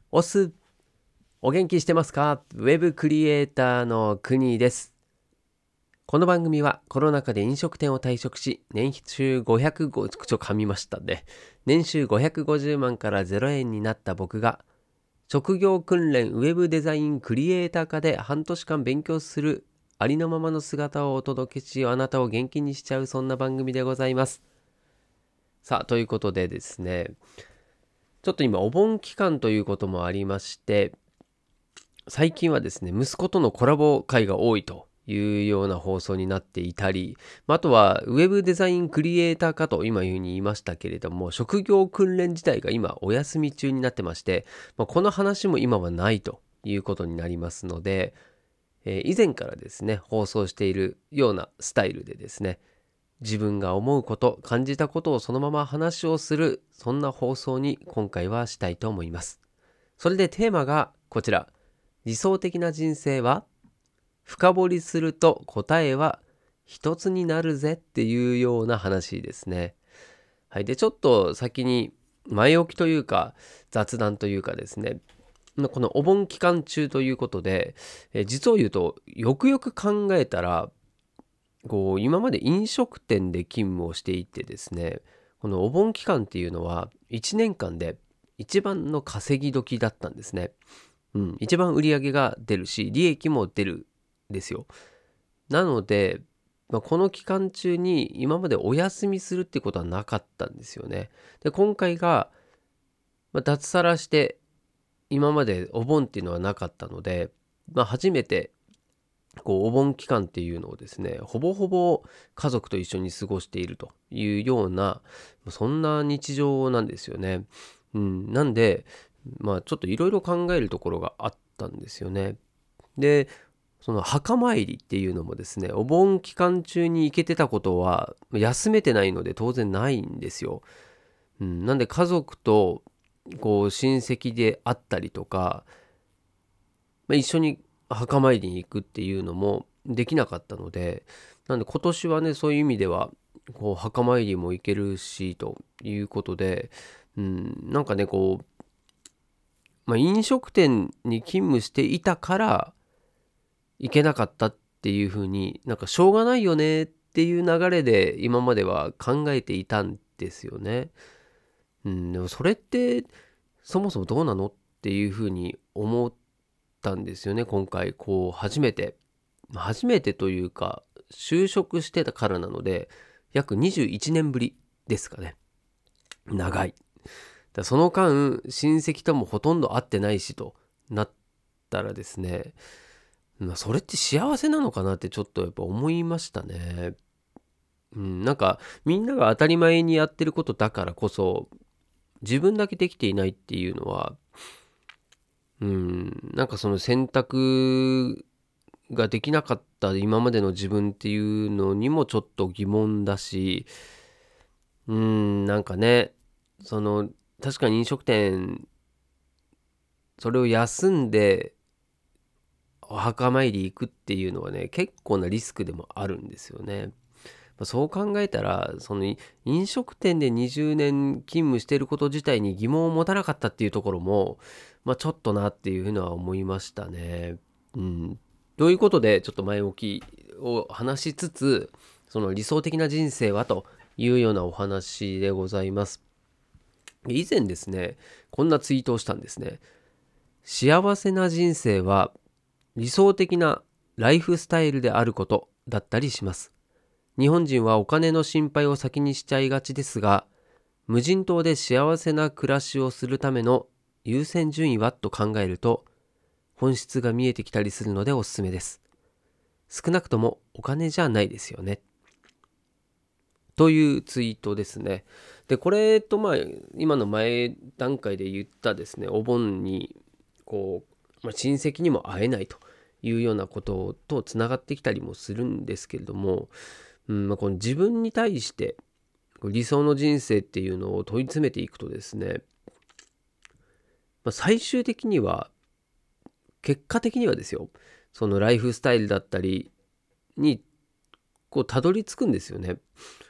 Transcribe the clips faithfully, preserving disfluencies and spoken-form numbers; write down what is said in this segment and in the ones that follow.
おす、お元気してますか？ウェブクリエイターの国です。この番組はコロナ禍で飲食店を退職し、年収ごひゃくご、ちょっと噛みましたね。年収ごひゃくごじゅうまんからゼロえんになった僕が、職業訓練ウェブデザインクリエイター科で半年間勉強するありのままの姿をお届けし、あなたを元気にしちゃうそんな番組でございます。さあ、ということでですね、ちょっと今お盆期間ということもありまして、最近はですね、息子とのコラボ会が多いというような放送になっていたり、あとはウェブデザインクリエイターかと今いうふうに言いましたけれども、職業訓練自体が今お休み中になってまして、まあ、この話も今はないということになりますので、えー以前からですね、放送しているようなスタイルでですね、自分が思うこと、感じたことをそのまま話をする、そんな放送に今回はしたいと思います。それでテーマがこちら。理想的な人生は？深掘りすると答えは一つになるぜっていうような話ですね。はい。で、ちょっと先に前置きというか雑談というかですね、このお盆期間中ということで、え実を言うとよくよく考えたら、こう今まで飲食店で勤務をしていてですね、このお盆期間っていうのはいちねんかんで一番の稼ぎ時だったんですね。うん、一番売り上げが出るし、利益も出るんですよ。なので、まあ、この期間中に今までお休みするってことはなかったんですよね。で、今回が、まあ、脱サラして今までお盆っていうのはなかったので、まあ、初めてこうお盆期間っていうのをですね、ほぼほぼ家族と一緒に過ごしているというような、そんな日常なんですよね。うん、なんで、まあちょっといろいろ考えるところがあったんですよね。で、その墓参りっていうのもですね、お盆期間中に行けてたことは休めてないので当然ないんですよ。うん、なんで家族とこう親戚で会ったりとか、まあ、一緒に墓参りに行くっていうのもできなかったので、なんで今年はね、そういう意味ではこう墓参りも行けるしということで、うん、なんかね、こう、まあ、飲食店に勤務していたから行けなかったっていう風になんかしょうがないよねっていう流れで今までは考えていたんですよね。うん、でもそれってそもそもどうなのっていう風に思ったんですよね。今回こう初めて初めてというか就職してたからなので約にじゅういちねんぶりですかね。長い。だその間親戚ともほとんど会ってないしとなったらですね、まあそれって幸せなのかなってちょっとやっぱ思いましたね。うん、なんかみんなが当たり前にやってることだからこそ自分だけできていないっていうのは、うん、なんかその選択ができなかった今までの自分っていうのにもちょっと疑問だし、うん、なんかね、その確かに飲食店それを休んでお墓参り行くっていうのはね、結構なリスクでもあるんですよね。まあそう考えたら、その飲食店でにじゅうねん勤務していること自体に疑問を持たなかったっていうところも、まあちょっとなっていうのは思いましたね。うん。ということで、ちょっと前置きを話しつつ、その理想的な人生はというようなお話でございます。以前ですね、こんなツイートをしたんですね。幸せな人生は理想的なライフスタイルであることだったりします。日本人はお金の心配を先にしちゃいがちですが、無人島で幸せな暮らしをするための優先順位はと考えると、本質が見えてきたりするのでおすすめです。少なくともお金じゃないですよね。というツイートですね。で、これとまあ、今の前段階で言ったですね、お盆に、こう、まあ、親戚にも会えないというようなこととつながってきたりもするんですけれども、うんまあ、この自分に対して理想の人生っていうのを問い詰めていくとですね、まあ、最終的には結果的にはですよ、そのライフスタイルだったりにこうたどり着くんですよね。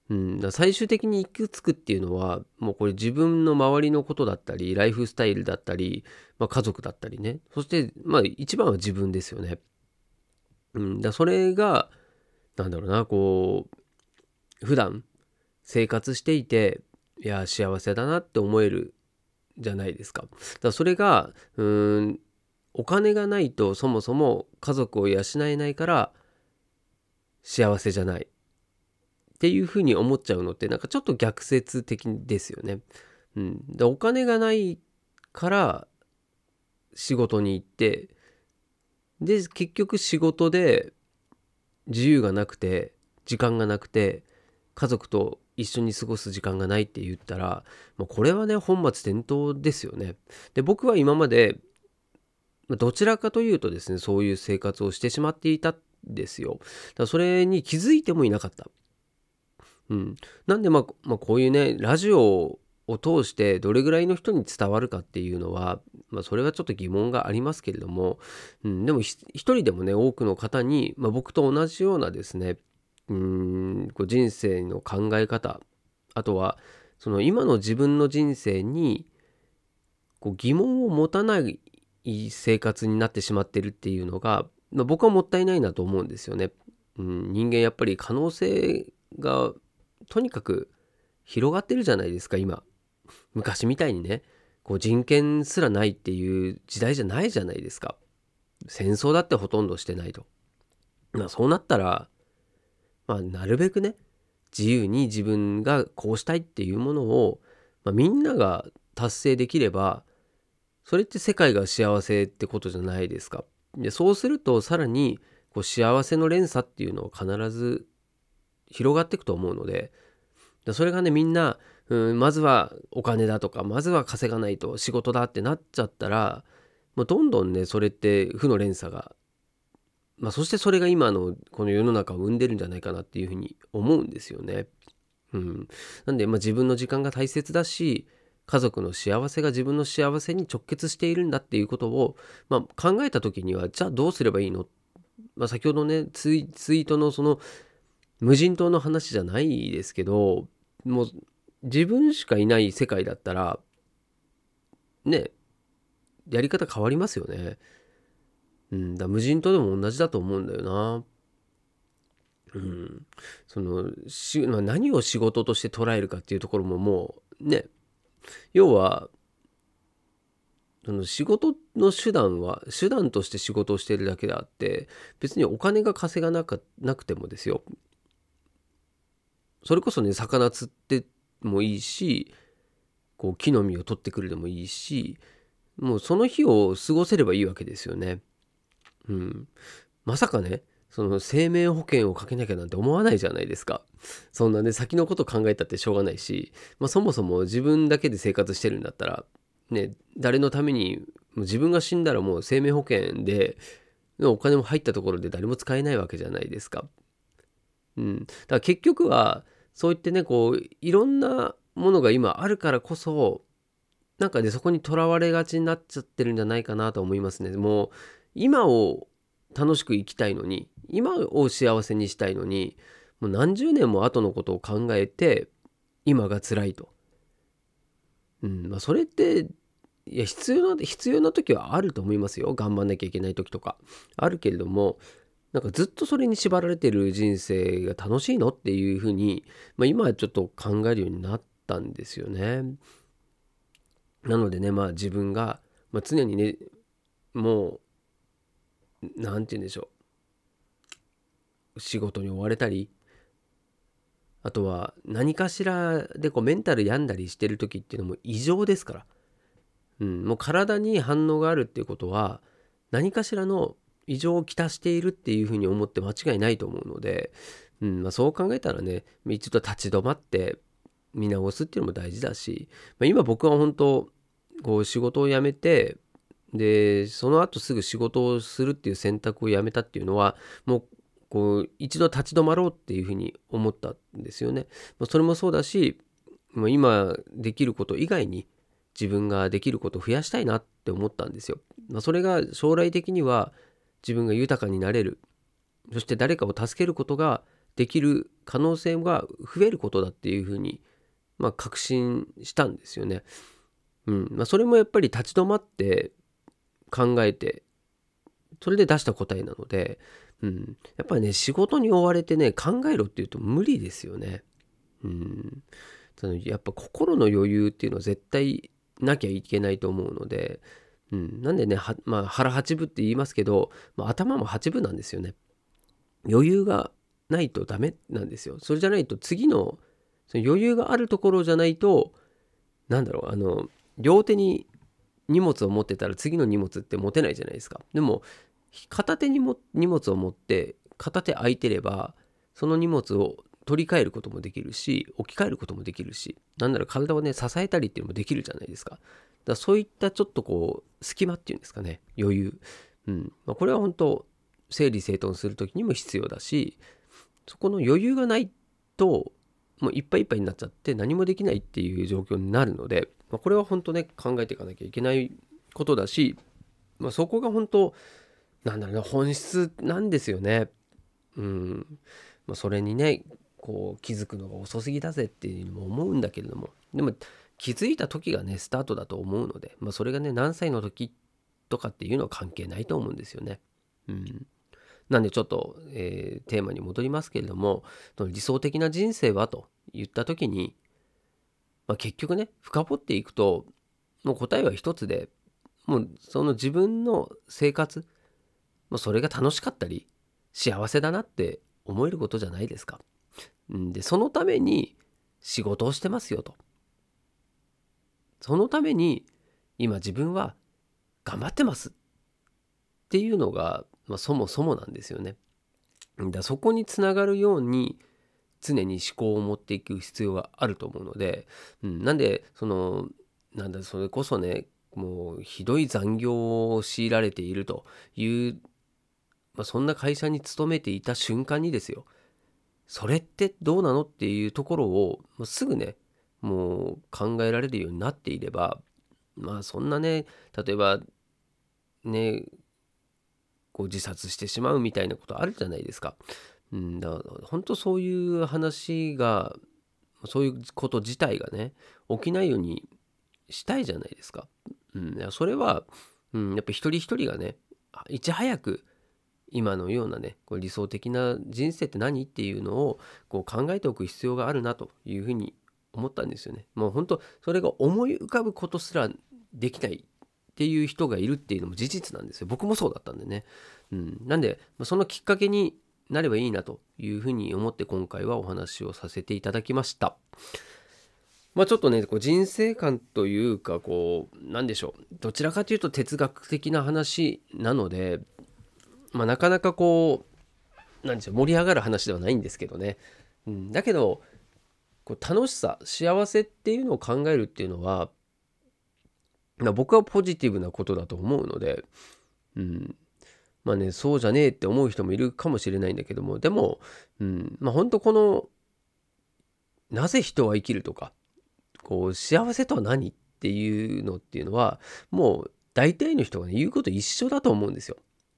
うん、だから最終的に行き着くっていうのはもうこれ自分の周りのことだったりライフスタイルだったり、まあ、家族だったりね、そしてまあ一番は自分ですよね。うん、だからそれがなんだろうな、こう普段生活していていや幸せだなって思えるじゃないですか。だからそれがうーんお金がないとそもそも家族を養えないから幸せじゃないっていうふうに思っちゃうのってなんかちょっと逆説的ですよね。うん、でお金がないから仕事に行ってで結局仕事で自由がなくて時間がなくて家族と一緒に過ごす時間がないって言ったらもうこれはね本末転倒ですよね。で僕は今までどちらかというとですねそういう生活をしてしまっていたんですよ。だからそれに気づいてもいなかった。うん、なんでまあ、まあ、こういうねラジオを通してどれぐらいの人に伝わるかっていうのは、まあ、それはちょっと疑問がありますけれども、うん、でも一人でもね多くの方に、まあ、僕と同じようなですねうーんこう人生の考え方、あとはその今の自分の人生にこう疑問を持たない生活になってしまってるっていうのが、まあ、僕はもったいないなと思うんですよね。うん、人間やっぱり可能性がとにかく広がってるじゃないですか今。昔みたいにねこう人権すらないっていう時代じゃないじゃないですか。戦争だってほとんどしてないと。まあそうなったら、まあ、なるべくね自由に自分がこうしたいっていうものを、まあ、みんなが達成できればそれって世界が幸せってことじゃないですか。でそうするとさらにこう幸せの連鎖っていうのを必ず広がっていくと思うので、それがねみんな、うん、まずはお金だとかまずは稼がないと仕事だってなっちゃったらもうどんどんねそれって負の連鎖が、まあ、そしてそれが今のこの世の中を生んでるんじゃないかなっていうふうに思うんですよね。うん、なんで、まあ、自分の時間が大切だし家族の幸せが自分の幸せに直結しているんだっていうことを、まあ、考えた時にはじゃあどうすればいいの、まあ、先ほどねツイ、ツイートのその無人島の話じゃないですけどもう自分しかいない世界だったらねやり方変わりますよね。うん、だ無人島でも同じだと思うんだよな。うん、そのし、まあ、何を仕事として捉えるかっていうところももうね要はその仕事の手段は手段として仕事をしているだけであって別にお金が稼がなかなくてもですよ、それこそね魚釣ってもいいしこう木の実を取ってくるでもいいしもうその日を過ごせればいいわけですよね。うん、まさかねその生命保険をかけなきゃなんて思わないじゃないですか。そんなね先のこと考えたってしょうがないし、まあ、そもそも自分だけで生活してるんだったらね誰のためにもう自分が死んだらもう生命保険でお金も入ったところで誰も使えないわけじゃないですか。うん、だから結局はそう言ってねこういろんなものが今あるからこそなんかねそこにとらわれがちになっちゃってるんじゃないかなと思いますね。もう今を楽しく生きたいのに今を幸せにしたいのにもう何十年も後のことを考えて今が辛いと、うんまあ、それっていや必要な必要な時はあると思いますよ。頑張んなきゃいけない時とかあるけれどもなんかずっとそれに縛られてる人生が楽しいのっていうふうに、まあ、今はちょっと考えるようになったんですよね。なのでねまあ自分が、まあ、常にねもうなんて言うんでしょう仕事に追われたりあとは何かしらでこうメンタル病んだりしてる時っていうのも異常ですから、うん、もう体に反応があるっていうことは何かしらの異常をきたしているっていうふうに思って間違いないと思うので、うんまあ、そう考えたらね一度立ち止まって見直すっていうのも大事だし、まあ、今僕は本当こう仕事を辞めてでその後すぐ仕事をするっていう選択をやめたっていうのはもうこう一度立ち止まろうっていうふうに思ったんですよね。まあ、それもそうだしもう今できること以外に自分ができることを増やしたいなって思ったんですよ。まあ、それが将来的には自分が豊かになれるそして誰かを助けることができる可能性が増えることだっていうふうに、まあ、確信したんですよね。うんまあ、それもやっぱり立ち止まって考えて、それで出した答えなので、うん、やっぱりね、仕事に追われてね、考えろっていうと無理ですよね。うん、やっぱ心の余裕っていうのは絶対なきゃいけないと思うので、うん、なんでね、はまあ、腹八分って言いますけど、まあ、頭も八分なんですよね。余裕がないとダメなんですよ。それじゃないと次の、その余裕があるところじゃないと、なんだろう、あの、両手に荷物を持ってたら次の荷物って持てないじゃないですか。でも、片手にも荷物を持って片手空いてれば、その荷物を取り替えることもできるし、置き換えることもできるし、なんなら体をね、支えたりっていうのもできるじゃないですか。だからそういったちょっとこう、隙間っていうんですかね、余裕。うん。まあ、これは本当、整理整頓するときにも必要だし、そこの余裕がないと、もういっぱいいっぱいになっちゃって何もできないっていう状況になるので、まあ、これは本当ね、考えていかなきゃいけないことだし、まあ、そこが本当、なんだろうな、本質なんですよね。うん。まあ、それにね、こう気づくのが遅すぎだぜっていうのも思うんだけれども、でも気づいた時がね、スタートだと思うので、まあ、それがね、何歳の時とかっていうのは関係ないと思うんですよね。うん。なんでちょっと、えーテーマに戻りますけれども、その理想的な人生はと言った時に、まあ、結局ね、深掘っていくと、もう答えは一つで、もうその自分の生活、もうそれが楽しかったり、幸せだなって思えることじゃないですか。んで、そのために仕事をしてますよと。そのために今自分は頑張ってますっていうのが、まあ、そもそもなんですよね。だそこにつながるように常に思考を持っていく必要があると思うので、うん、なんでそのなんだそれこそね、もうひどい残業を強いられているという、まあ、そんな会社に勤めていた瞬間にですよ、それってどうなのっていうところを、まあ、すぐね、もう考えられるようになっていれば、まあそんなね、例えばね、こう自殺してしまうみたいなことあるじゃないですか。うん、だから本当そういう話が、そういうこと自体がね、起きないようにしたいじゃないですか。うん、いやそれは、うん、やっぱ一人一人がね、いち早く今のようなね、こう理想的な人生って何っていうのをこう考えておく必要があるなというふうに思ったんですよね。もう本当それが思い浮かぶことすらできないっていう人がいるっていうのも事実なんですよ。僕もそうだったんでね。うん、なんでそのきっかけになればいいなというふうに思って今回はお話をさせていただきました。まあちょっとね、こう人生観というか、こう、なんでしょう。どちらかというと哲学的な話なので、まあなかなかこう、なんでしょう、盛り上がる話ではないんですけどね。うん、だけど、こう楽しさ、幸せっていうのを考えるっていうのは、まあ、僕はポジティブなことだと思うので、うん、まあね、そうじゃねえって思う人もいるかもしれないんだけども、でも、うん、まあ本当この、なぜ人は生きるとか、こう、幸せとは何っていうのっていうのは、もう大体の人がね、言うこと一緒だと思うんですよ。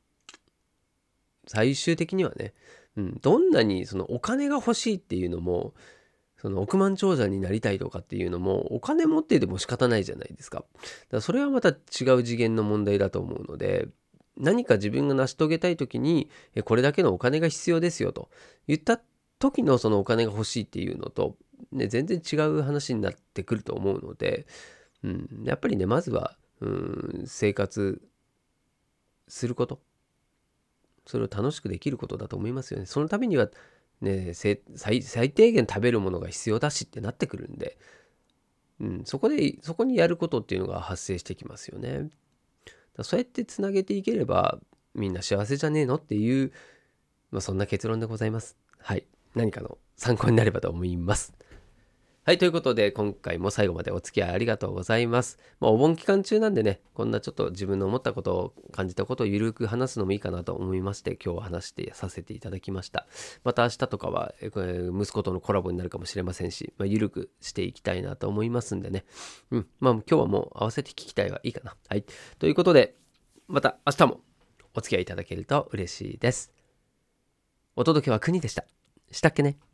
最終的にはね。うん、どんなにそのお金が欲しいっていうのも、その億万長者になりたいとかっていうのも、お金持ってても仕方ないじゃないですか。だからそれはまた違う次元の問題だと思うので、何か自分が成し遂げたい時に、えこれだけのお金が必要ですよと言った時のそのお金が欲しいっていうのと、ね、全然違う話になってくると思うので、うん、やっぱりね、まずは、うん、生活すること、それを楽しくできることだと思いますよね。そのためには、ね、最、最低限食べるものが必要だしってなってくるんで、うん、そこで、そこにやることっていうのが発生してきますよね。だそうやってつなげていければ、みんな幸せじゃねえのっていう、まあ、そんな結論でございます。はい。何かの参考になればと思います。はい、ということで、今回も最後までお付き合いありがとうございます。まあ、お盆期間中なんでね、こんなちょっと自分の思ったことを感じたことをゆるく話すのもいいかなと思いまして、今日は話してさせていただきました。また明日とかは、えー息子とのコラボになるかもしれませんし、まあ、ゆるくしていきたいなと思いますんでね。うん、まあ今日はもう合わせて聞きたいはいいかな。はい。ということで、また明日もお付き合いいただけると嬉しいです。お届けは国でした。したっけね。